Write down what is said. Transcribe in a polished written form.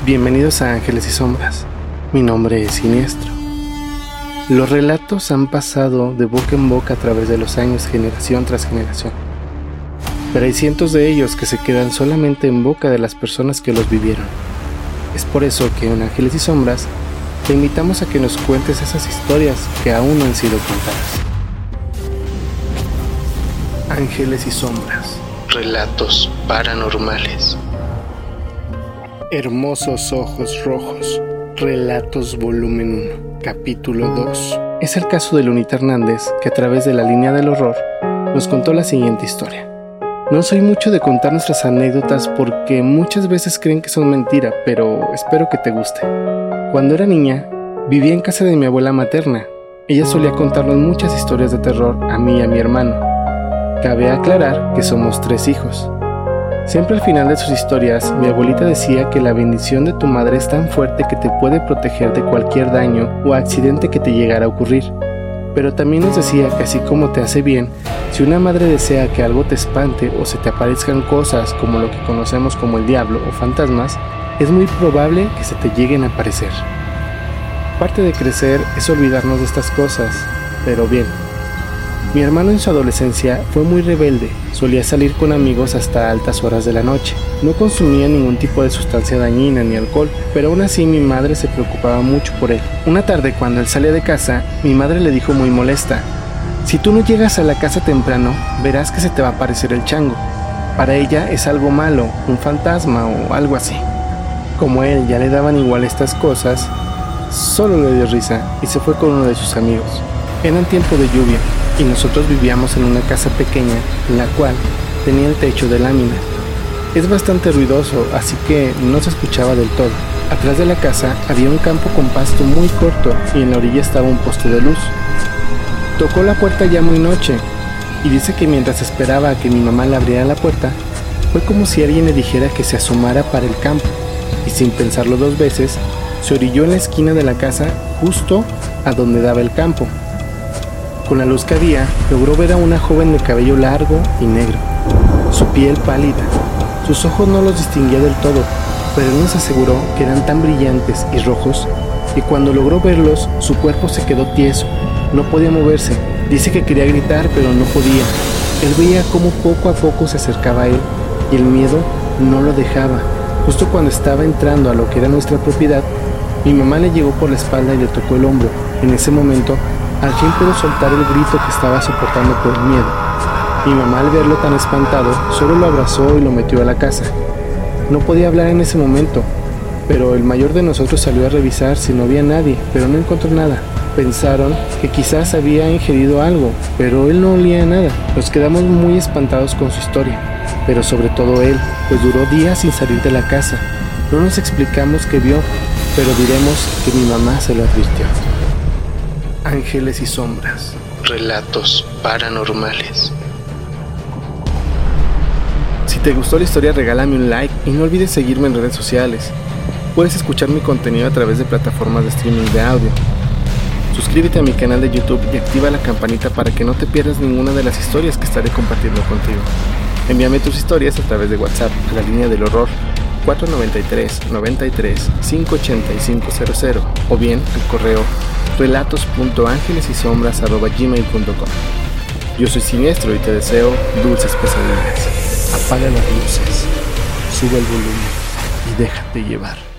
Bienvenidos a Ángeles y Sombras. Mi nombre es Siniestro. Los relatos han pasado de boca en boca a través de los años, generación tras generación. Pero hay cientos de ellos que se quedan solamente en boca de las personas que los vivieron. Es por eso que en Ángeles y Sombras te invitamos a que nos cuentes esas historias que aún no han sido contadas. Ángeles y Sombras. Relatos paranormales. Hermosos ojos rojos. Relatos volumen 1. Capítulo 2. Es el caso de Lunita Hernández, que a través de la línea del horror nos contó la siguiente historia. No soy mucho de contar nuestras anécdotas porque muchas veces creen que son mentira, pero espero que te guste. Cuando era niña, vivía en casa de mi abuela materna. Ella solía contarnos muchas historias de terror a mí y a mi hermano. Cabe aclarar que somos 3 hijos. Siempre al final de sus historias, mi abuelita decía que la bendición de tu madre es tan fuerte que te puede proteger de cualquier daño o accidente que te llegara a ocurrir. Pero también nos decía que así como te hace bien, si una madre desea que algo te espante o se te aparezcan cosas como lo que conocemos como el diablo o fantasmas, es muy probable que se te lleguen a aparecer. Parte de crecer es olvidarnos de estas cosas, pero bien. Mi hermano en su adolescencia fue muy rebelde, solía salir con amigos hasta altas horas de la noche. No consumía ningún tipo de sustancia dañina ni alcohol, pero aún así mi madre se preocupaba mucho por él. Una tarde cuando él salía de casa, mi madre le dijo muy molesta: si tú no llegas a la casa temprano, verás que se te va a aparecer el chango. Para ella es algo malo, un fantasma o algo así. Como a él ya le daban igual estas cosas, solo le dio risa y se fue con uno de sus amigos. Eran tiempo de lluvia y nosotros vivíamos en una casa pequeña, la cual tenía el techo de lámina. Es bastante ruidoso, así que no se escuchaba del todo. Atrás de la casa había un campo con pasto muy corto y en la orilla estaba un poste de luz. Tocó la puerta ya muy noche y dice que mientras esperaba a que mi mamá le abriera la puerta, fue como si alguien le dijera que se asomara para el campo, y sin pensarlo 2 veces, se orilló en la esquina de la casa justo a donde daba el campo. Con la luz que había, logró ver a una joven de cabello largo y negro, su piel pálida. Sus ojos no los distinguía del todo, pero él nos aseguró que eran tan brillantes y rojos que cuando logró verlos, su cuerpo se quedó tieso, no podía moverse. Dice que quería gritar, pero no podía. Él veía cómo poco a poco se acercaba a él y el miedo no lo dejaba. Justo cuando estaba entrando a lo que era nuestra propiedad, mi mamá le llegó por la espalda y le tocó el hombro. En ese momento, al fin pudo soltar el grito que estaba soportando por el miedo. Mi mamá, al verlo tan espantado, solo lo abrazó y lo metió a la casa. No podía hablar en ese momento, pero el mayor de nosotros salió a revisar si no había nadie, pero no encontró nada. Pensaron que quizás había ingerido algo, pero él no olía a nada. Nos quedamos muy espantados con su historia, pero sobre todo él, pues duró días sin salir de la casa. No nos explicamos qué vio, pero diremos que mi mamá se lo advirtió. Ángeles y Sombras. Relatos paranormales. Si te gustó la historia, regálame un like y no olvides seguirme en redes sociales. Puedes escuchar mi contenido a través de plataformas de streaming de audio. Suscríbete a mi canal de YouTube y activa la campanita para que no te pierdas ninguna de las historias que estaré compartiendo contigo. Envíame tus historias a través de WhatsApp a la línea del horror 493-93-58500 o bien al correo relatos.angelesysombras@gmail.com. Yo soy Siniestro y te deseo dulces pesadillas. Apaga las luces, sube el volumen y déjate llevar.